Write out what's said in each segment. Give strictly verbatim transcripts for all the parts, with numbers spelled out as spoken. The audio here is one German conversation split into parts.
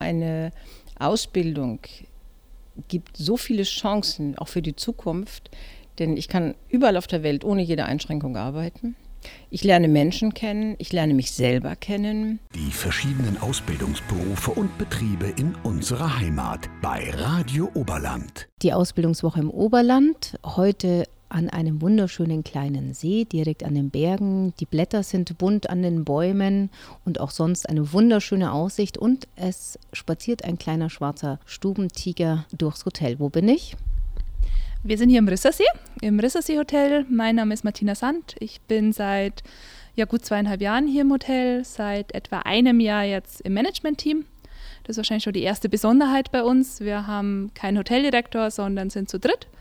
eine Ausbildung gibt so viele Chancen, auch für die Zukunft, denn ich kann überall auf der Welt ohne jede Einschränkung arbeiten. Ich lerne Menschen kennen, ich lerne mich selber kennen. Die verschiedenen Ausbildungsberufe und Betriebe in unserer Heimat bei Radio Oberland. Die Ausbildungswoche im Oberland, heute an einem wunderschönen kleinen See, direkt an den Bergen. Die Blätter sind bunt an den Bäumen und auch sonst eine wunderschöne Aussicht. Und es spaziert ein kleiner schwarzer Stubentiger durchs Hotel. Wo bin ich? Wir sind hier im Rissersee, im Rissersee Hotel. Mein Name ist Martina Sand. Ich bin seit ja, gut zweieinhalb Jahren hier im Hotel, seit etwa einem Jahr jetzt im Management-Team. Das ist wahrscheinlich schon die erste Besonderheit bei uns. Wir haben keinen Hoteldirektor, sondern sind zu dritt.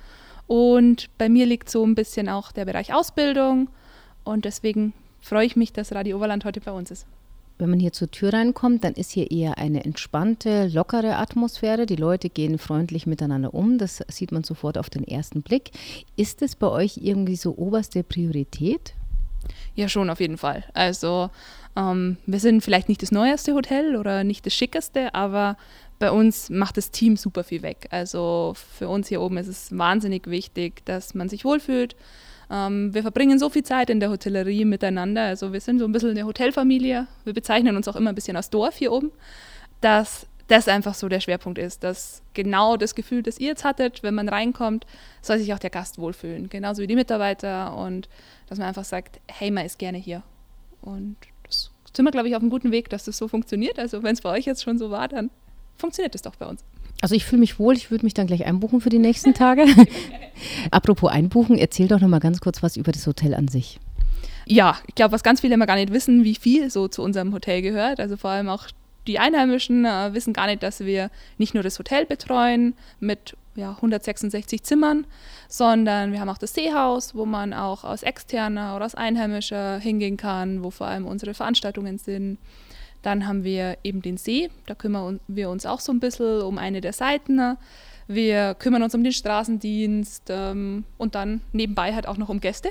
Und bei mir liegt so ein bisschen auch der Bereich Ausbildung. Und deswegen freue ich mich, dass Radio Oberland heute bei uns ist. Wenn man hier zur Tür reinkommt, dann ist hier eher eine entspannte, lockere Atmosphäre. Die Leute gehen freundlich miteinander um. Das sieht man sofort auf den ersten Blick. Ist es bei euch irgendwie so oberste Priorität? Ja, schon auf jeden Fall. Also ähm, wir sind vielleicht nicht das neueste Hotel oder nicht das schickeste, aber bei uns macht das Team super viel weg. Also für uns hier oben ist es wahnsinnig wichtig, dass man sich wohlfühlt. Ähm, wir verbringen so viel Zeit in der Hotellerie miteinander. Also wir sind so ein bisschen eine Hotelfamilie. Wir bezeichnen uns auch immer ein bisschen als Dorf hier oben, dass das einfach so der Schwerpunkt ist, dass genau das Gefühl, das ihr jetzt hattet, wenn man reinkommt, soll sich auch der Gast wohlfühlen, genauso wie die Mitarbeiter und dass man einfach sagt, hey, man ist gerne hier. Und das sind wir, glaube ich, auf einem guten Weg, dass das so funktioniert. Also wenn es bei euch jetzt schon so war, dann funktioniert es doch bei uns. Also ich fühle mich wohl, ich würde mich dann gleich einbuchen für die nächsten Tage. Apropos einbuchen, erzähl doch noch mal ganz kurz was über das Hotel an sich. Ja, ich glaube, was ganz viele immer gar nicht wissen, wie viel so zu unserem Hotel gehört. Also vor allem auch die Einheimischen äh, wissen gar nicht, dass wir nicht nur das Hotel betreuen mit ja, hundertsechsundsechzig Zimmern, sondern wir haben auch das Seehaus, wo man auch als Externer oder als Einheimischer hingehen kann, wo vor allem unsere Veranstaltungen sind. Dann haben wir eben den See, da kümmern wir uns auch so ein bisschen um eine der Seiten. Wir kümmern uns um den Straßendienst ähm, und dann nebenbei halt auch noch um Gäste.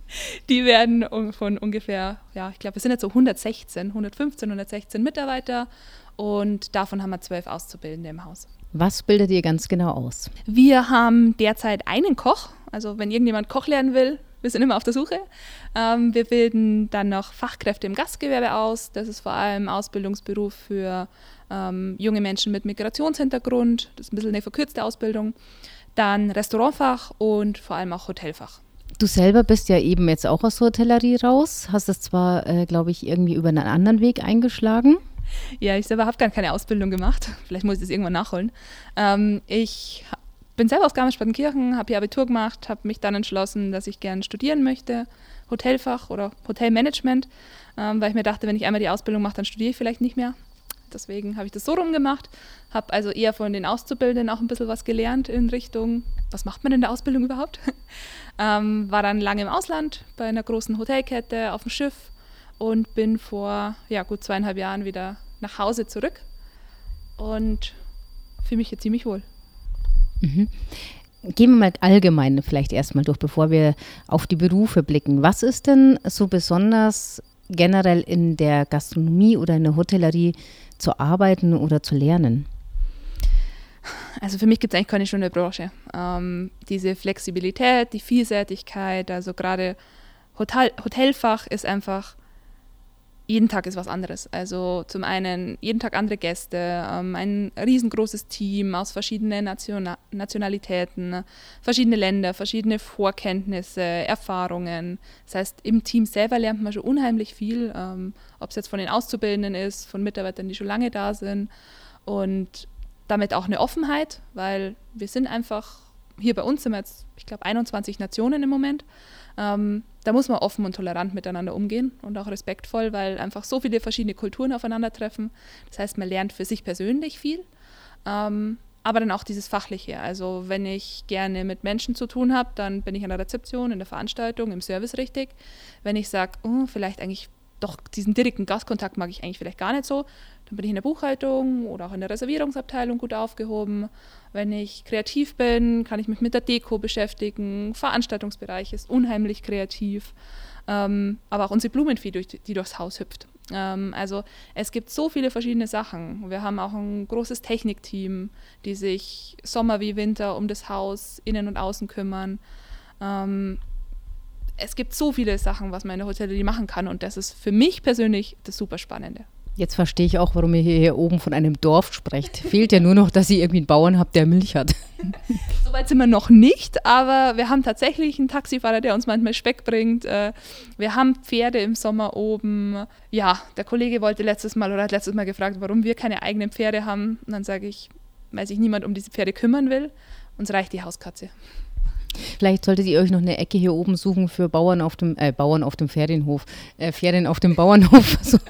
Die werden von ungefähr, ja, ich glaube, wir sind jetzt so hundertsechzehn, hundertfünfzehn, hundertsechzehn Mitarbeiter und davon haben wir zwölf Auszubildende im Haus. Was bildet ihr ganz genau aus? Wir haben derzeit einen Koch, also wenn irgendjemand Koch lernen will, wir sind immer auf der Suche. Ähm, wir bilden dann noch Fachkräfte im Gastgewerbe aus. Das ist vor allem Ausbildungsberuf für ähm, junge Menschen mit Migrationshintergrund. Das ist ein bisschen eine verkürzte Ausbildung. Dann Restaurantfach und vor allem auch Hotelfach. Du selber bist ja eben jetzt auch aus der Hotellerie raus. Hast es zwar, äh, glaube ich, irgendwie über einen anderen Weg eingeschlagen. Ja, ich selber habe gar keine Ausbildung gemacht. Vielleicht muss ich das irgendwann nachholen. Ähm, ich bin selber aus Garmisch-Partenkirchen, habe hier Abitur gemacht, habe mich dann entschlossen, dass ich gerne studieren möchte, Hotelfach oder Hotelmanagement, ähm, weil ich mir dachte, wenn ich einmal die Ausbildung mache, dann studiere ich vielleicht nicht mehr. Deswegen habe ich das so rum gemacht, habe also eher von den Auszubildenden auch ein bisschen was gelernt in Richtung, was macht man in der Ausbildung überhaupt? ähm, war dann lange im Ausland bei einer großen Hotelkette auf dem Schiff und bin vor ja, gut zweieinhalb Jahren wieder nach Hause zurück und fühle mich hier ziemlich wohl. Mhm. Gehen wir mal allgemein vielleicht erstmal durch, bevor wir auf die Berufe blicken. Was ist denn so besonders generell in der Gastronomie oder in der Hotellerie zu arbeiten oder zu lernen? Also für mich gibt es eigentlich keine schöne Branche. Ähm, diese Flexibilität, die Vielseitigkeit, also gerade Hotel, Hotelfach ist einfach, jeden Tag ist was anderes. Also zum einen jeden Tag andere Gäste, ähm, ein riesengroßes Team aus verschiedenen Nation- Nationalitäten, verschiedene Länder, verschiedene Vorkenntnisse, Erfahrungen. Das heißt, im Team selber lernt man schon unheimlich viel, ähm, ob es jetzt von den Auszubildenden ist, von Mitarbeitern, die schon lange da sind und damit auch eine Offenheit, weil wir sind einfach, hier bei uns sind wir jetzt, ich glaube, einundzwanzig Nationen im Moment. Ähm, da muss man offen und tolerant miteinander umgehen und auch respektvoll, weil einfach so viele verschiedene Kulturen aufeinandertreffen. Das heißt, man lernt für sich persönlich viel, ähm, aber dann auch dieses Fachliche. Also wenn ich gerne mit Menschen zu tun habe, dann bin ich an der Rezeption, in der Veranstaltung, im Service richtig. Wenn ich sage, oh, vielleicht eigentlich doch diesen direkten Gastkontakt mag ich eigentlich vielleicht gar nicht so, dann bin ich in der Buchhaltung oder auch in der Reservierungsabteilung gut aufgehoben. Wenn ich kreativ bin, kann ich mich mit der Deko beschäftigen. Veranstaltungsbereich ist unheimlich kreativ. Ähm, aber auch unsere Blumenvieh, durch, die durchs Haus hüpft. Ähm, also es gibt so viele verschiedene Sachen. Wir haben auch ein großes Technikteam, die sich Sommer wie Winter um das Haus innen und außen kümmern. Ähm, es gibt so viele Sachen, was man in der Hotellerie machen kann und das ist für mich persönlich das super Spannende. Jetzt verstehe ich auch, warum ihr hier, hier oben von einem Dorf sprecht. Fehlt ja nur noch, dass ihr irgendwie einen Bauern habt, der Milch hat. Soweit sind wir noch nicht, aber wir haben tatsächlich einen Taxifahrer, der uns manchmal Speck bringt. Wir haben Pferde im Sommer oben. Ja, der Kollege wollte letztes Mal oder hat letztes Mal gefragt, warum wir keine eigenen Pferde haben. Und dann sage ich, weil sich niemand um diese Pferde kümmern will. Uns reicht die Hauskatze. Vielleicht solltet ihr euch noch eine Ecke hier oben suchen für Bauern auf dem, äh, Bauern auf dem Pferdenhof. Äh, Pferden auf dem Bauernhof. So.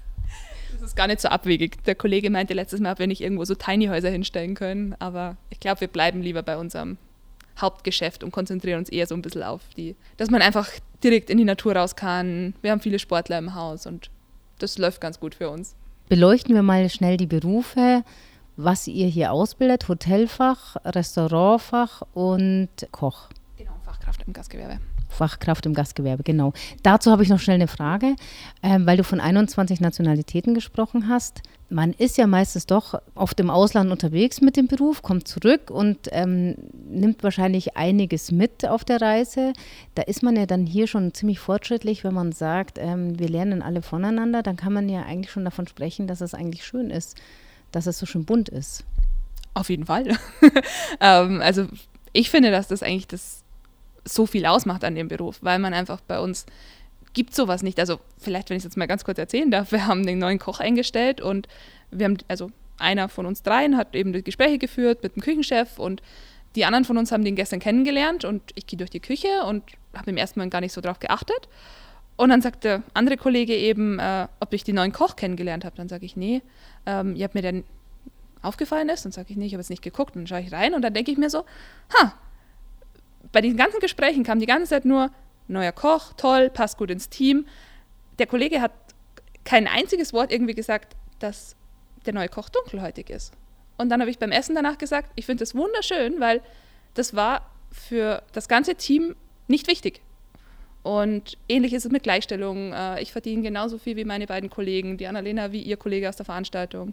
Gar nicht so abwegig. Der Kollege meinte letztes Mal, ob wir nicht irgendwo so Tiny-Häuser hinstellen können, aber ich glaube, wir bleiben lieber bei unserem Hauptgeschäft und konzentrieren uns eher so ein bisschen auf die, dass man einfach direkt in die Natur raus kann. Wir haben viele Sportler im Haus und das läuft ganz gut für uns. Beleuchten wir mal schnell die Berufe, was ihr hier ausbildet. Hotelfach, Restaurantfach und Koch. Genau, Fachkraft im Gastgewerbe. Fachkraft im Gastgewerbe, genau. Dazu habe ich noch schnell eine Frage, ähm, weil du von einundzwanzig Nationalitäten gesprochen hast. Man ist ja meistens doch oft im Ausland unterwegs mit dem Beruf, kommt zurück und ähm, nimmt wahrscheinlich einiges mit auf der Reise. Da ist man ja dann hier schon ziemlich fortschrittlich, wenn man sagt, ähm, wir lernen alle voneinander. Dann kann man ja eigentlich schon davon sprechen, dass es eigentlich schön ist, dass es so schön bunt ist. Auf jeden Fall. ähm, also ich finde, dass das eigentlich das so viel ausmacht an dem Beruf, weil man einfach bei uns gibt sowas nicht. Also vielleicht, wenn ich es jetzt mal ganz kurz erzählen darf, wir haben den neuen Koch eingestellt und wir haben, also einer von uns dreien hat eben die Gespräche geführt mit dem Küchenchef und die anderen von uns haben den gestern kennengelernt und ich gehe durch die Küche und habe im ersten Mal gar nicht so drauf geachtet und dann sagt der andere Kollege eben, äh, ob ich den neuen Koch kennengelernt habe. Dann sage ich, nee, ähm, ihr habt mir denn aufgefallen ist? Dann sage ich, nee, ich habe jetzt nicht geguckt. Und dann schaue ich rein und dann denke ich mir so, ha, bei diesen ganzen Gesprächen kam die ganze Zeit nur, neuer Koch, toll, passt gut ins Team. Der Kollege hat kein einziges Wort irgendwie gesagt, dass der neue Koch dunkelhäutig ist. Und dann habe ich beim Essen danach gesagt, ich finde das wunderschön, weil das war für das ganze Team nicht wichtig. Und ähnlich ist es mit Gleichstellung. Ich verdiene genauso viel wie meine beiden Kollegen, die Annalena wie ihr Kollege aus der Veranstaltung.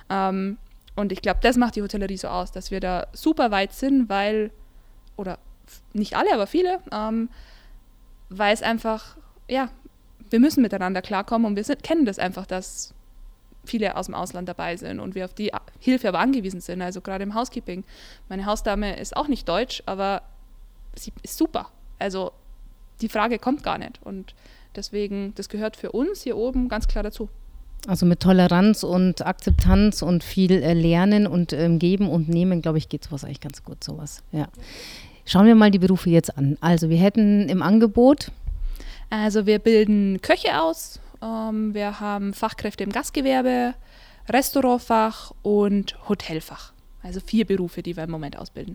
Und ich glaube, das macht die Hotellerie so aus, dass wir da super weit sind, weil, oder nicht alle, aber viele, ähm, weil es einfach, ja, wir müssen miteinander klarkommen und wir sind, kennen das einfach, dass viele aus dem Ausland dabei sind und wir auf die Hilfe aber angewiesen sind, also gerade im Housekeeping. Meine Hausdame ist auch nicht deutsch, aber sie ist super. Also die Frage kommt gar nicht und deswegen, das gehört für uns hier oben ganz klar dazu. Also mit Toleranz und Akzeptanz und viel äh, Lernen und ähm, Geben und Nehmen, glaube ich, geht sowas eigentlich ganz gut, sowas, ja. Schauen wir mal die Berufe jetzt an. Also wir hätten im Angebot... Also wir bilden Köche aus, ähm, wir haben Fachkräfte im Gastgewerbe, Restaurantfach und Hotelfach. Also vier Berufe, die wir im Moment ausbilden.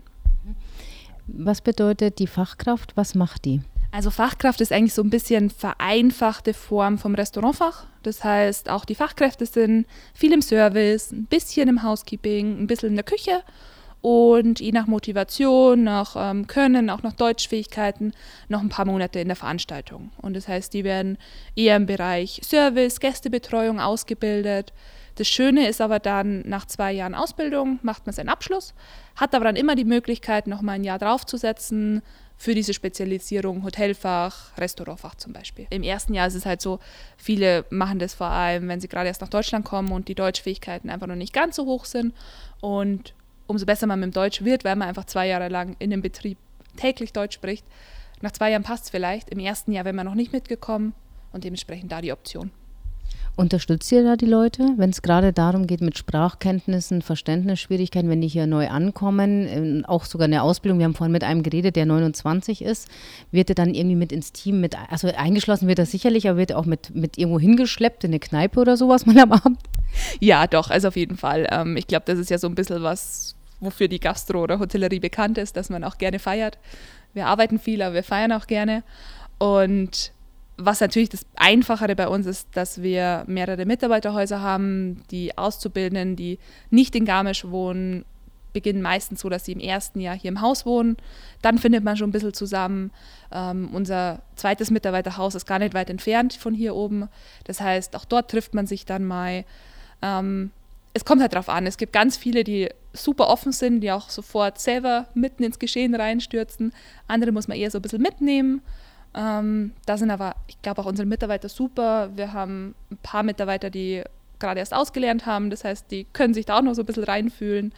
Was bedeutet die Fachkraft? Was macht die? Also Fachkraft ist eigentlich so ein bisschen vereinfachte Form vom Restaurantfach. Das heißt, auch die Fachkräfte sind viel im Service, ein bisschen im Housekeeping, ein bisschen in der Küche. Und je nach Motivation, nach ähm, Können, auch nach Deutschfähigkeiten, noch ein paar Monate in der Veranstaltung. Und das heißt, die werden eher im Bereich Service, Gästebetreuung ausgebildet. Das Schöne ist aber dann, nach zwei Jahren Ausbildung macht man seinen Abschluss, hat aber dann immer die Möglichkeit, noch mal ein Jahr draufzusetzen für diese Spezialisierung Hotelfach, Restaurantfach zum Beispiel. Im ersten Jahr ist es halt so, viele machen das vor allem, wenn sie gerade erst nach Deutschland kommen und die Deutschfähigkeiten einfach noch nicht ganz so hoch sind. Und umso besser man mit dem Deutsch wird, weil man einfach zwei Jahre lang in dem Betrieb täglich Deutsch spricht. Nach zwei Jahren passt es vielleicht. Im ersten Jahr wäre man noch nicht mitgekommen und dementsprechend da die Option. Unterstützt ihr da die Leute, wenn es gerade darum geht mit Sprachkenntnissen, Verständnisschwierigkeiten, wenn die hier neu ankommen, auch sogar eine Ausbildung, wir haben vorhin mit einem geredet, der neunundzwanzig ist, wird er dann irgendwie mit ins Team, mit, also eingeschlossen wird er sicherlich, aber wird er auch mit, mit irgendwo hingeschleppt in eine Kneipe oder sowas mal am Abend? Ja, doch, also auf jeden Fall. Ähm, ich glaube, das ist ja so ein bisschen was, wofür die Gastro oder Hotellerie bekannt ist, dass man auch gerne feiert. Wir arbeiten viel, aber wir feiern auch gerne. Und was natürlich das Einfachere bei uns ist, dass wir mehrere Mitarbeiterhäuser haben, die Auszubildenden, die nicht in Garmisch wohnen, beginnen meistens so, dass sie im ersten Jahr hier im Haus wohnen. Dann findet man schon ein bisschen zusammen. Ähm, unser zweites Mitarbeiterhaus ist gar nicht weit entfernt von hier oben. Das heißt, auch dort trifft man sich dann mal. Ähm, es kommt halt drauf an. Es gibt ganz viele, die super offen sind, die auch sofort selber mitten ins Geschehen reinstürzen. Andere muss man eher so ein bisschen mitnehmen. Ähm, da sind aber, ich glaube, auch unsere Mitarbeiter super. Wir haben ein paar Mitarbeiter, die gerade erst ausgelernt haben. Das heißt, die können sich da auch noch so ein bisschen reinfühlen.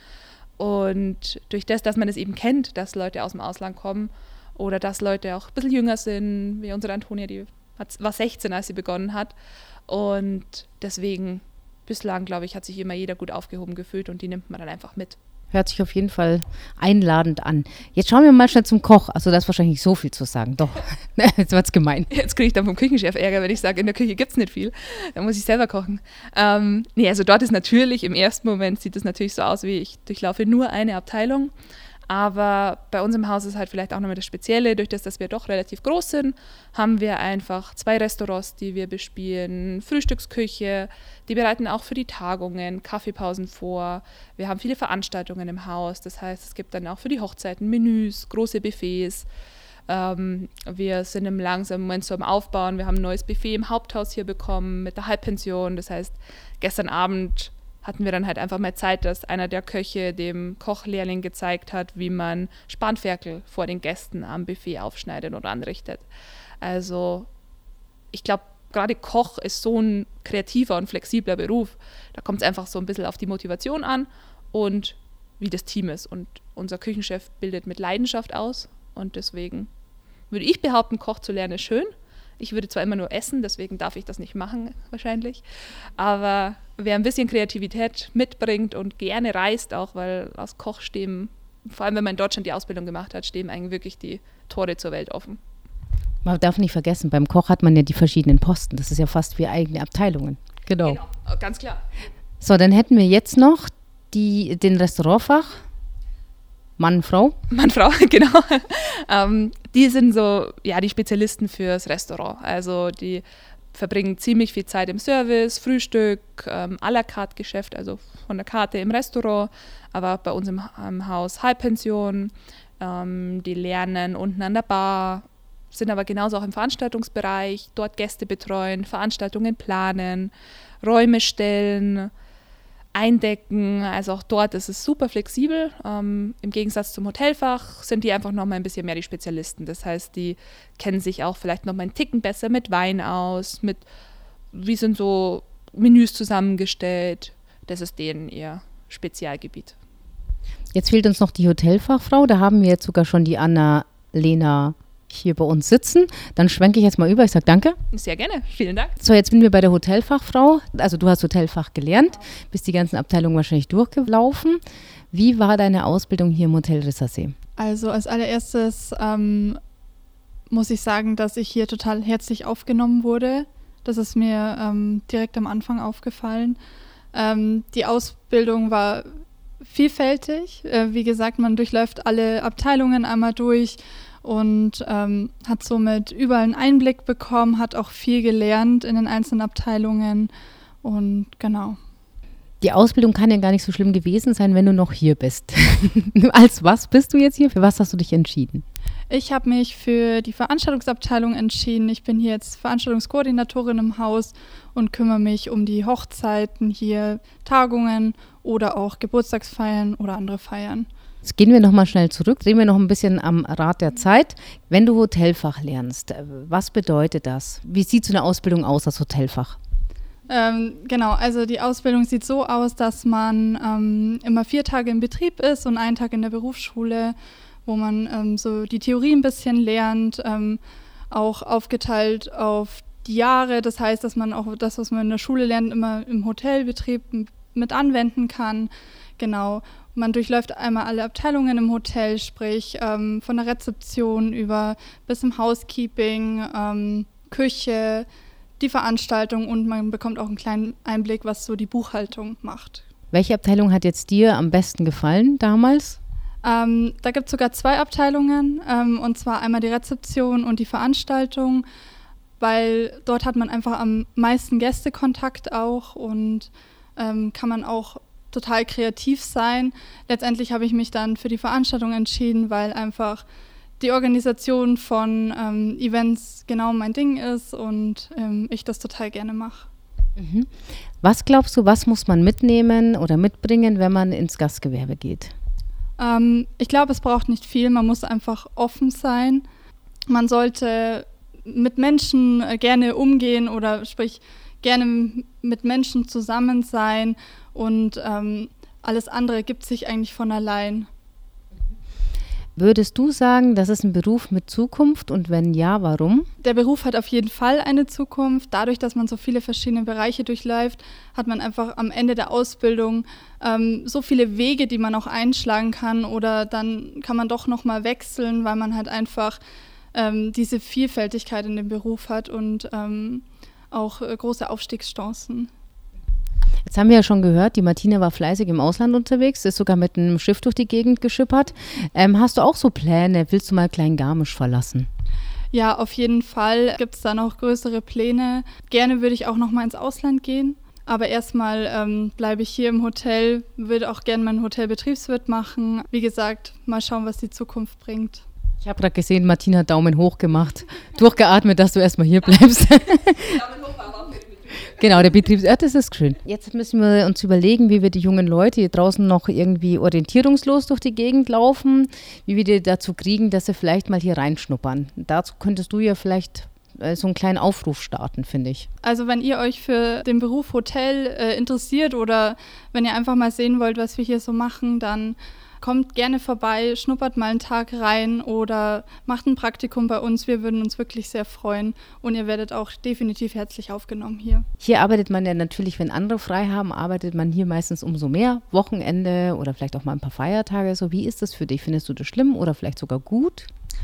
Und durch das, dass man es eben kennt, dass Leute aus dem Ausland kommen oder dass Leute auch ein bisschen jünger sind, wie unsere Antonia, die hat, war sechzehn, als sie begonnen hat. Und deswegen, bislang, glaube ich, hat sich immer jeder gut aufgehoben gefühlt und die nimmt man dann einfach mit. Hört sich auf jeden Fall einladend an. Jetzt schauen wir mal schnell zum Koch. Also da ist wahrscheinlich nicht so viel zu sagen. Doch, jetzt wird's gemein. Jetzt kriege ich dann vom Küchenchef Ärger, wenn ich sage, in der Küche gibt es nicht viel. Da muss ich selber kochen. Ähm, nee, also dort ist natürlich, im ersten Moment sieht es natürlich so aus, wie ich durchlaufe nur eine Abteilung. Aber bei uns im Haus ist halt vielleicht auch nochmal das Spezielle, durch das, dass wir doch relativ groß sind, haben wir einfach zwei Restaurants, die wir bespielen, Frühstücksküche, die bereiten auch für die Tagungen Kaffeepausen vor. Wir haben viele Veranstaltungen im Haus, das heißt, es gibt dann auch für die Hochzeiten Menüs, große Buffets. Ähm, wir sind im langsamen Moment so am Aufbauen, wir haben ein neues Buffet im Haupthaus hier bekommen mit der Halbpension, das heißt, gestern Abend hatten wir dann halt einfach mal Zeit, dass einer der Köche dem Kochlehrling gezeigt hat, wie man Spanferkel vor den Gästen am Buffet aufschneidet und anrichtet. Also ich glaube, gerade Koch ist so ein kreativer und flexibler Beruf. Da kommt es einfach so ein bisschen auf die Motivation an und wie das Team ist. Und unser Küchenchef bildet mit Leidenschaft aus und deswegen würde ich behaupten, Koch zu lernen ist schön. Ich würde zwar immer nur essen, deswegen darf ich das nicht machen wahrscheinlich, aber wer ein bisschen Kreativität mitbringt und gerne reist auch, weil als Koch stehen, vor allem wenn man in Deutschland die Ausbildung gemacht hat, stehen eigentlich wirklich die Tore zur Welt offen. Man darf nicht vergessen, beim Koch hat man ja die verschiedenen Posten, das ist ja fast wie eigene Abteilungen. Genau. Genau, ganz klar. So, dann hätten wir jetzt noch die, den Restaurantfach. Mann, Frau? Mann, Frau, genau. ähm, die sind so, ja, die Spezialisten fürs Restaurant. Also die verbringen ziemlich viel Zeit im Service, Frühstück, ähm, à la carte Geschäft, also von der Karte im Restaurant, aber bei uns im, im Haus Halbpension. Ähm, die lernen unten an der Bar, sind aber genauso auch im Veranstaltungsbereich, dort Gäste betreuen, Veranstaltungen planen, Räume stellen, eindecken, also auch dort ist es super flexibel. Ähm, im Gegensatz zum Hotelfach sind die einfach nochmal ein bisschen mehr die Spezialisten. Das heißt, die kennen sich auch vielleicht nochmal einen Ticken besser mit Wein aus, mit wie sind so Menüs zusammengestellt. Das ist denen ihr Spezialgebiet. Jetzt fehlt uns noch die Hotelfachfrau. Da haben wir jetzt sogar schon die Anna-Lena hier bei uns sitzen. Dann schwenke ich jetzt mal über. Ich sage danke. Sehr gerne. Vielen Dank. So, jetzt sind wir bei der Hotelfachfrau. Also du hast Hotelfach gelernt, bist die ganzen Abteilungen wahrscheinlich durchgelaufen. Wie war deine Ausbildung hier im Hotel Rissersee? Also als allererstes ähm, muss ich sagen, dass ich hier total herzlich aufgenommen wurde. Das ist mir ähm, direkt am Anfang aufgefallen. Ähm, die Ausbildung war vielfältig. Äh, wie gesagt, man durchläuft alle Abteilungen einmal durch und ähm, hat somit überall einen Einblick bekommen, hat auch viel gelernt in den einzelnen Abteilungen und genau. Die Ausbildung kann ja gar nicht so schlimm gewesen sein, wenn du noch hier bist. Als was bist du jetzt hier? Für was hast du dich entschieden? Ich habe mich für die Veranstaltungsabteilung entschieden. Ich bin hier jetzt Veranstaltungskoordinatorin im Haus und kümmere mich um die Hochzeiten hier, Tagungen oder auch Geburtstagsfeiern oder andere Feiern. Jetzt gehen wir nochmal schnell zurück, drehen wir noch ein bisschen am Rad der Zeit. Wenn du Hotelfach lernst, was bedeutet das? Wie sieht so eine Ausbildung aus als Hotelfach? Ähm, genau, also die Ausbildung sieht so aus, dass man ähm, immer vier Tage im Betrieb ist und einen Tag in der Berufsschule, wo man ähm, so die Theorie ein bisschen lernt, ähm, auch aufgeteilt auf die Jahre. Das heißt, dass man auch das, was man in der Schule lernt, immer im Hotelbetrieb mit anwenden kann. Genau. Man durchläuft einmal alle Abteilungen im Hotel, sprich ähm, von der Rezeption über bis zum Housekeeping, ähm, Küche, die Veranstaltung und man bekommt auch einen kleinen Einblick, was so die Buchhaltung macht. Welche Abteilung hat jetzt dir am besten gefallen damals? Ähm, da gibt es sogar zwei Abteilungen, ähm, und zwar einmal die Rezeption und die Veranstaltung, weil dort hat man einfach am meisten Gästekontakt auch und ähm, kann man auch total kreativ sein. Letztendlich habe ich mich dann für die Veranstaltung entschieden, weil einfach die Organisation von ähm, Events genau mein Ding ist und ähm, ich das total gerne mache. Mhm. Was glaubst du, was muss man mitnehmen oder mitbringen, wenn man ins Gastgewerbe geht? Ähm, ich glaube, es braucht nicht viel. Man muss einfach offen sein. Man sollte mit Menschen äh, gerne umgehen oder sprich gerne mit Menschen zusammen sein und ähm, alles andere gibt sich eigentlich von allein. Würdest du sagen, das ist ein Beruf mit Zukunft und wenn ja, warum? Der Beruf hat auf jeden Fall eine Zukunft. Dadurch, dass man so viele verschiedene Bereiche durchläuft, hat man einfach am Ende der Ausbildung ähm, so viele Wege, die man auch einschlagen kann oder dann kann man doch nochmal wechseln, weil man halt einfach ähm, diese Vielfältigkeit in dem Beruf hat und ähm, auch äh, große Aufstiegschancen. Jetzt haben wir ja schon gehört, die Martina war fleißig im Ausland unterwegs, ist sogar mit einem Schiff durch die Gegend geschippert. Ähm, hast du auch so Pläne? Willst du mal Klein-Garmisch verlassen? Ja, auf jeden Fall gibt es da noch größere Pläne. Gerne würde ich auch noch mal ins Ausland gehen. Aber erstmal ähm, bleibe ich hier im Hotel, würde auch gerne meinen Hotelbetriebswirt machen. Wie gesagt, mal schauen, was die Zukunft bringt. Ich habe gerade gesehen, Martina hat Daumen hoch gemacht. Durchgeatmet, dass du erstmal hier bleibst. Genau, der Betriebs... Ja, das ist schön. Jetzt müssen wir uns überlegen, wie wir die jungen Leute hier draußen noch irgendwie orientierungslos durch die Gegend laufen, wie wir die dazu kriegen, dass sie vielleicht mal hier reinschnuppern. Dazu könntest du ja vielleicht äh, so einen kleinen Aufruf starten, finde ich. Also wenn ihr euch für den Beruf Hotel äh, interessiert oder wenn ihr einfach mal sehen wollt, was wir hier so machen, dann kommt gerne vorbei, schnuppert mal einen Tag rein oder macht ein Praktikum bei uns. Wir würden uns wirklich sehr freuen und ihr werdet auch definitiv herzlich aufgenommen hier. Hier arbeitet man ja natürlich, wenn andere frei haben, arbeitet man hier meistens umso mehr. Wochenende oder vielleicht auch mal ein paar Feiertage. So, wie ist das für dich? Findest du das schlimm oder vielleicht sogar gut?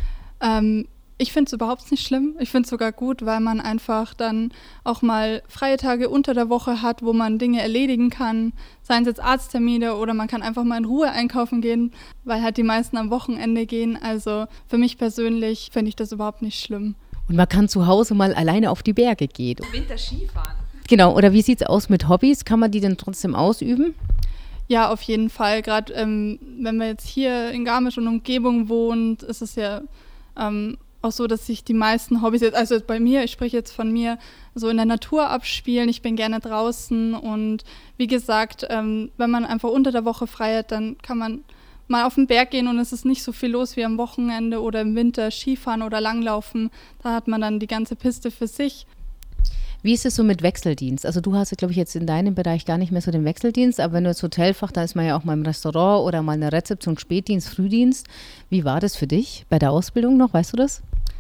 Ähm, Ich finde es überhaupt nicht schlimm. Ich finde es sogar gut, weil man einfach dann auch mal freie Tage unter der Woche hat, wo man Dinge erledigen kann, seien es jetzt Arzttermine oder man kann einfach mal in Ruhe einkaufen gehen, weil halt die meisten am Wochenende gehen. Also für mich persönlich finde ich das überhaupt nicht schlimm. Und man kann zu Hause mal alleine auf die Berge gehen. Winter Skifahren. Genau, oder wie sieht es aus mit Hobbys? Kann man die denn trotzdem ausüben? Ja, auf jeden Fall. Gerade ähm, wenn man jetzt hier in Garmisch und Umgebung wohnt, ist es ja ähm, auch so, dass sich die meisten Hobbys jetzt, also bei mir, ich spreche jetzt von mir, so in der Natur abspielen. Ich bin gerne draußen und wie gesagt, ähm, wenn man einfach unter der Woche frei hat, dann kann man mal auf den Berg gehen und es ist nicht so viel los wie am Wochenende oder im Winter Skifahren oder Langlaufen. Da hat man dann die ganze Piste für sich. Wie ist es so mit Wechseldienst? Also du hast, glaube ich, jetzt in deinem Bereich gar nicht mehr so den Wechseldienst, aber wenn du jetzt Hotelfach, da ist man ja auch mal im Restaurant oder mal in der Rezeption, Spätdienst, Frühdienst. Wie war das für dich bei der Ausbildung noch? Weißt du das?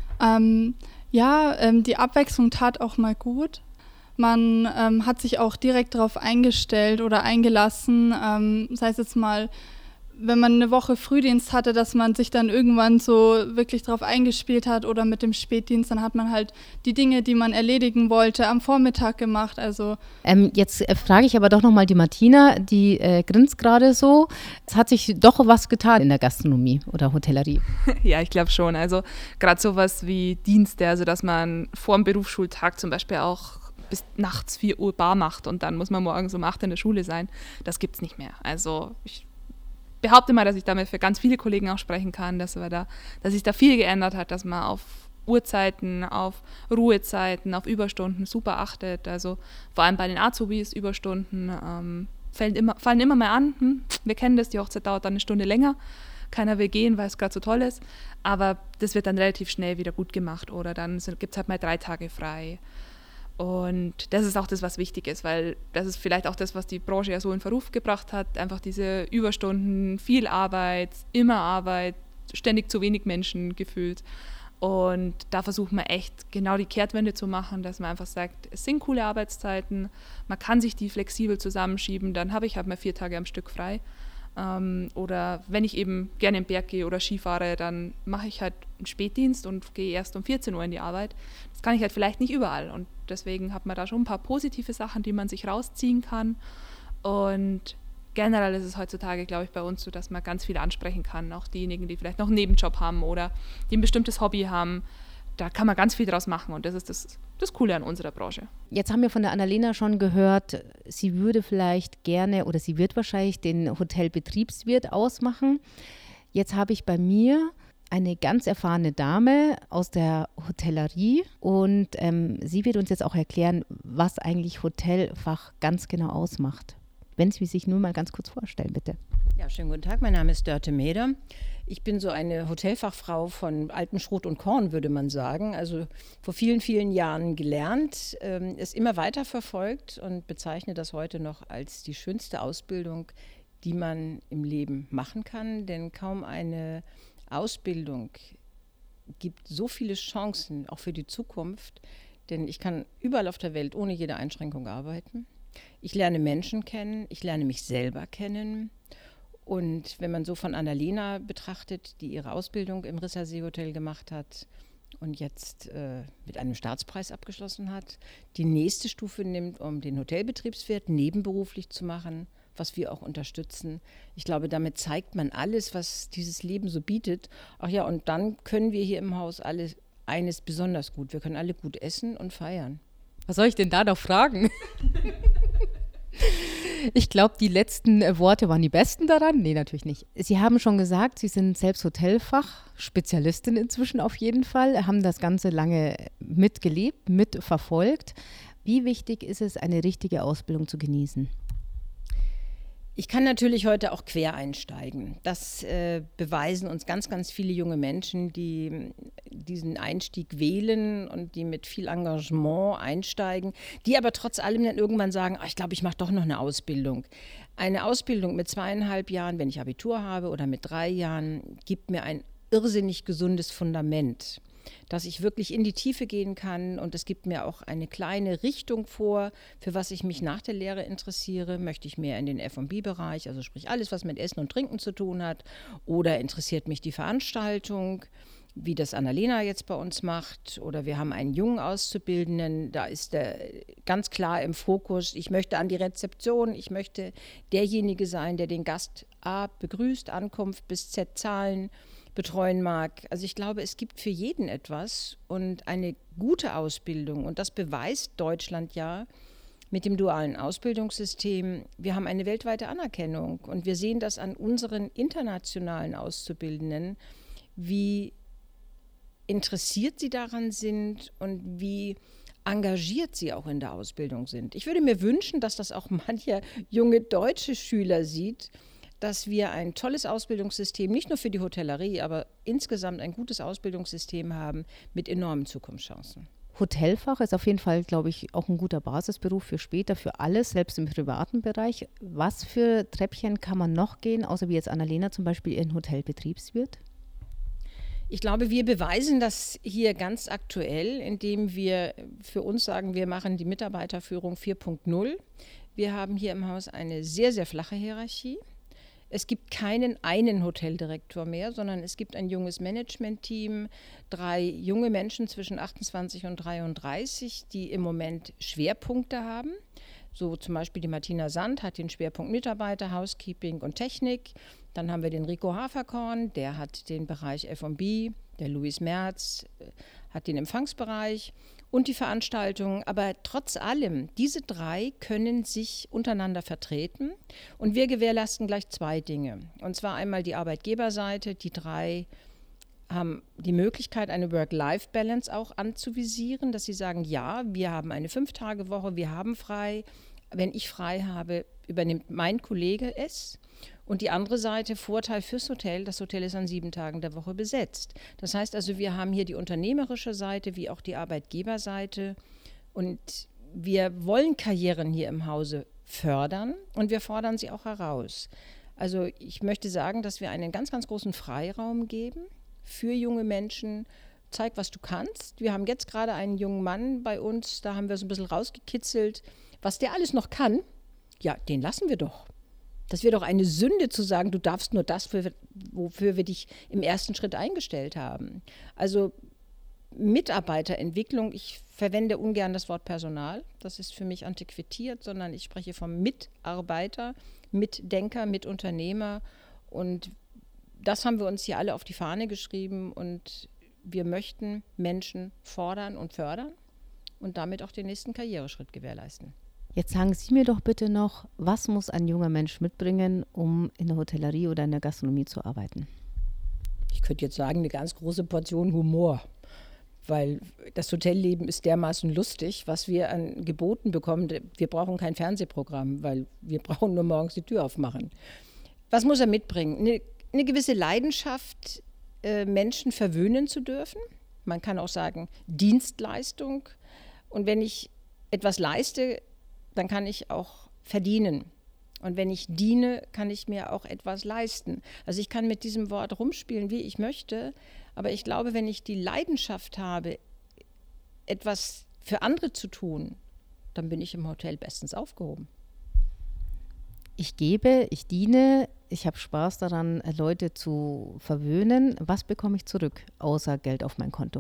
Ähm, ja, ähm, die Abwechslung tat auch mal gut. Man ähm, hat sich auch direkt darauf eingestellt oder eingelassen, ähm, sei es jetzt mal, wenn man eine Woche Frühdienst hatte, dass man sich dann irgendwann so wirklich darauf eingespielt hat oder mit dem Spätdienst, dann hat man halt die Dinge, die man erledigen wollte, am Vormittag gemacht. Also ähm, jetzt äh, frage ich aber doch nochmal die Martina, die äh, grinst gerade so. Es hat sich doch was getan in der Gastronomie oder Hotellerie. Ja, ich glaube schon. Also gerade sowas wie Dienste, also dass man vor dem Berufsschultag zum Beispiel auch bis nachts vier Uhr bar macht und dann muss man morgens um acht in der Schule sein, das gibt es nicht mehr. Also ich behaupte mal, dass ich damit für ganz viele Kollegen auch sprechen kann, dass, wir da, dass sich da viel geändert hat, dass man auf Uhrzeiten, auf Ruhezeiten, auf Überstunden super achtet. Also vor allem bei den Azubis Überstunden ähm, fallen, immer, fallen immer mehr an. Hm, wir kennen das, die Hochzeit dauert dann eine Stunde länger. Keiner will gehen, weil es gerade so toll ist. Aber das wird dann relativ schnell wieder gut gemacht oder dann gibt es halt mal drei Tage frei. Und das ist auch das, was wichtig ist, weil das ist vielleicht auch das, was die Branche ja so in Verruf gebracht hat. Einfach diese Überstunden, viel Arbeit, immer Arbeit, ständig zu wenig Menschen gefühlt. Und da versucht man echt genau die Kehrtwende zu machen, dass man einfach sagt, es sind coole Arbeitszeiten, man kann sich die flexibel zusammenschieben, dann habe ich halt mal vier Tage am Stück frei. Ähm, oder wenn ich eben gerne in den Berg gehe oder Ski fahre, dann mache ich halt einen Spätdienst und gehe erst um vierzehn Uhr in die Arbeit. Das kann ich halt vielleicht nicht überall und deswegen hat man da schon ein paar positive Sachen, die man sich rausziehen kann und generell ist es heutzutage, glaube ich, bei uns so, dass man ganz viel ansprechen kann, auch diejenigen, die vielleicht noch einen Nebenjob haben oder die ein bestimmtes Hobby haben, da kann man ganz viel draus machen und das ist das, das Coole an unserer Branche. Jetzt haben wir von der Annalena schon gehört, sie würde vielleicht gerne oder sie wird wahrscheinlich den Hotelbetriebswirt ausmachen. Jetzt habe ich bei mir eine ganz erfahrene Dame aus der Hotellerie und ähm, sie wird uns jetzt auch erklären, was eigentlich Hotelfach ganz genau ausmacht. Wenn Sie sich nur mal ganz kurz vorstellen, bitte. Ja, schönen guten Tag, mein Name ist Dörte Meder. Ich bin so eine Hotelfachfrau von altem Schrot und Korn, würde man sagen. Also vor vielen, vielen Jahren gelernt, ähm, es immer weiter verfolgt und bezeichne das heute noch als die schönste Ausbildung, die man im Leben machen kann. Denn kaum eine Ausbildung gibt so viele Chancen, auch für die Zukunft. Denn ich kann überall auf der Welt ohne jede Einschränkung arbeiten. Ich lerne Menschen kennen, ich lerne mich selber kennen. Und wenn man so von Annalena betrachtet, die ihre Ausbildung im Rissersee Hotel gemacht hat und jetzt äh, mit einem Staatspreis abgeschlossen hat, die nächste Stufe nimmt, um den Hotelbetriebswirt nebenberuflich zu machen, was wir auch unterstützen. Ich glaube, damit zeigt man alles, was dieses Leben so bietet. Ach ja, und dann können wir hier im Haus alle eines besonders gut. Wir können alle gut essen und feiern. Was soll ich denn da noch fragen? Ich glaube, die letzten Worte waren die besten daran. Nee, natürlich nicht. Sie haben schon gesagt, Sie sind selbst Hotelfach-Spezialistin inzwischen auf jeden Fall, haben das Ganze lange mitgelebt, mitverfolgt. Wie wichtig ist es, eine richtige Ausbildung zu genießen? Ich kann natürlich heute auch quer einsteigen. Das äh, beweisen uns ganz, ganz viele junge Menschen, die diesen Einstieg wählen und die mit viel Engagement einsteigen, die aber trotz allem dann irgendwann sagen, ach, ich glaube, ich mache doch noch eine Ausbildung. Eine Ausbildung mit zweieinhalb Jahren, wenn ich Abitur habe, oder mit drei Jahren, gibt mir ein irrsinnig gesundes Fundament, dass ich wirklich in die Tiefe gehen kann, und es gibt mir auch eine kleine Richtung vor, für was ich mich nach der Lehre interessiere. Möchte ich mehr in den F und B-Bereich, also sprich alles, was mit Essen und Trinken zu tun hat, oder interessiert mich die Veranstaltung, wie das Annalena jetzt bei uns macht, oder wir haben einen jungen Auszubildenden, da ist der ganz klar im Fokus, ich möchte an die Rezeption, ich möchte derjenige sein, der den Gast A begrüßt, Ankunft bis Z Zahlen betreuen mag. Also ich glaube, es gibt für jeden etwas, und eine gute Ausbildung, und das beweist Deutschland ja mit dem dualen Ausbildungssystem. Wir haben eine weltweite Anerkennung, und wir sehen das an unseren internationalen Auszubildenden, wie interessiert sie daran sind und wie engagiert sie auch in der Ausbildung sind. Ich würde mir wünschen, dass das auch mancher junge deutsche Schüler sieht, dass wir ein tolles Ausbildungssystem, nicht nur für die Hotellerie, aber insgesamt ein gutes Ausbildungssystem haben mit enormen Zukunftschancen. Hotelfach ist auf jeden Fall, glaube ich, auch ein guter Basisberuf für später, für alles, selbst im privaten Bereich. Was für Treppchen kann man noch gehen, außer wie jetzt Annalena zum Beispiel ihren Hotelbetriebswirt? Ich glaube, wir beweisen das hier ganz aktuell, indem wir für uns sagen, wir machen die Mitarbeiterführung vier Punkt null. Wir haben hier im Haus eine sehr, sehr flache Hierarchie. Es gibt keinen einen Hoteldirektor mehr, sondern es gibt ein junges Management-Team, drei junge Menschen zwischen achtundzwanzig und dreiunddreißig, die im Moment Schwerpunkte haben. So zum Beispiel die Martina Sand hat den Schwerpunkt Mitarbeiter, Housekeeping und Technik. Dann haben wir den Rico Haferkorn, der hat den Bereich F und B. Der Luis Merz hat den Empfangsbereich und die Veranstaltungen. Aber trotz allem, diese drei können sich untereinander vertreten. Und wir gewährleisten gleich zwei Dinge. Und zwar einmal die Arbeitgeberseite. Die drei haben die Möglichkeit, eine Work-Life-Balance auch anzuvisieren, dass sie sagen, ja, wir haben eine Fünf-Tage-Woche, wir haben frei. Wenn ich frei habe, übernimmt mein Kollege es. Und die andere Seite, Vorteil fürs Hotel, das Hotel ist an sieben Tagen der Woche besetzt. Das heißt also, wir haben hier die unternehmerische Seite wie auch die Arbeitgeberseite. Und wir wollen Karrieren hier im Hause fördern, und wir fordern sie auch heraus. Also ich möchte sagen, dass wir einen ganz, ganz großen Freiraum geben für junge Menschen. Zeig, was du kannst. Wir haben jetzt gerade einen jungen Mann bei uns, da haben wir so ein bisschen rausgekitzelt, was der alles noch kann. Ja, den lassen wir doch. Das wäre doch eine Sünde zu sagen, du darfst nur das, wofür wir dich im ersten Schritt eingestellt haben. Also Mitarbeiterentwicklung, ich verwende ungern das Wort Personal, das ist für mich antiquiert, sondern ich spreche vom Mitarbeiter, Mitdenker, Mitunternehmer, und das haben wir uns hier alle auf die Fahne geschrieben, und wir möchten Menschen fordern und fördern und damit auch den nächsten Karriereschritt gewährleisten. Jetzt sagen Sie mir doch bitte noch, was muss ein junger Mensch mitbringen, um in der Hotellerie oder in der Gastronomie zu arbeiten? Ich könnte jetzt sagen, eine ganz große Portion Humor, weil das Hotelleben ist dermaßen lustig, was wir an Geboten bekommen. Wir brauchen kein Fernsehprogramm, weil wir brauchen nur morgens die Tür aufmachen. Was muss er mitbringen? Eine, eine gewisse Leidenschaft, äh, Menschen verwöhnen zu dürfen. Man kann auch sagen Dienstleistung. Und wenn ich etwas leiste, dann kann ich auch verdienen. Und wenn ich diene, kann ich mir auch etwas leisten. Also ich kann mit diesem Wort rumspielen, wie ich möchte, aber ich glaube, wenn ich die Leidenschaft habe, etwas für andere zu tun, dann bin ich im Hotel bestens aufgehoben. Ich gebe, ich diene, ich habe Spaß daran, Leute zu verwöhnen. Was bekomme ich zurück, außer Geld auf mein Konto?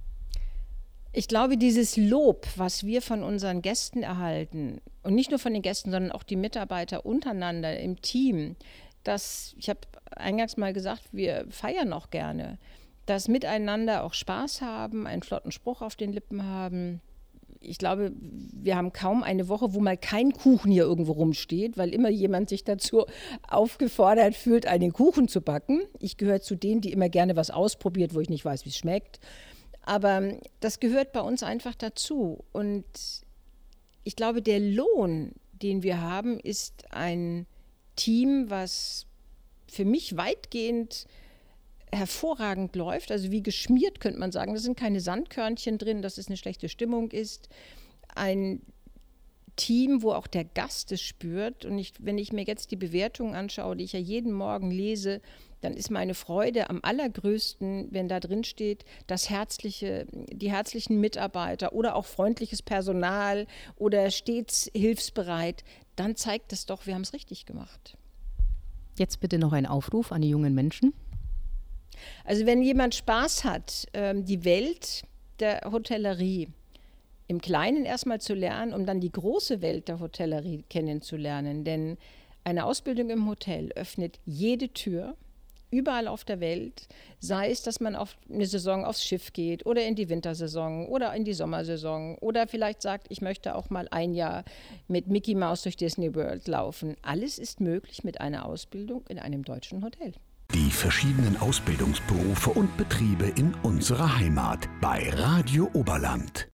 Ich glaube, dieses Lob, was wir von unseren Gästen erhalten, und nicht nur von den Gästen, sondern auch die Mitarbeiter untereinander im Team, das, ich habe eingangs mal gesagt, wir feiern auch gerne, das Miteinander auch Spaß haben, einen flotten Spruch auf den Lippen haben. Ich glaube, wir haben kaum eine Woche, wo mal kein Kuchen hier irgendwo rumsteht, weil immer jemand sich dazu aufgefordert fühlt, einen Kuchen zu backen. Ich gehöre zu denen, die immer gerne was ausprobiert, wo ich nicht weiß, wie es schmeckt. Aber das gehört bei uns einfach dazu. Und ich glaube, der Lohn, den wir haben, ist ein Team, was für mich weitgehend hervorragend läuft. Also wie geschmiert, könnte man sagen. Da sind keine Sandkörnchen drin, dass es eine schlechte Stimmung ist. Ein Team, wo auch der Gast es spürt. Und ich, wenn ich mir jetzt die Bewertungen anschaue, die ich ja jeden Morgen lese, dann ist meine Freude am allergrößten, wenn da drin steht, das herzliche, die herzlichen Mitarbeiter oder auch freundliches Personal oder stets hilfsbereit. Dann zeigt es doch, wir haben es richtig gemacht. Jetzt bitte noch ein Aufruf an die jungen Menschen. Also wenn jemand Spaß hat, die Welt der Hotellerie im Kleinen erstmal zu lernen, um dann die große Welt der Hotellerie kennenzulernen. Denn eine Ausbildung im Hotel öffnet jede Tür, überall auf der Welt, sei es, dass man auf eine Saison aufs Schiff geht oder in die Wintersaison oder in die Sommersaison oder vielleicht sagt, ich möchte auch mal ein Jahr mit Mickey Mouse durch Disney World laufen. Alles ist möglich mit einer Ausbildung in einem deutschen Hotel. Die verschiedenen Ausbildungsberufe und Betriebe in unserer Heimat bei Radio Oberland.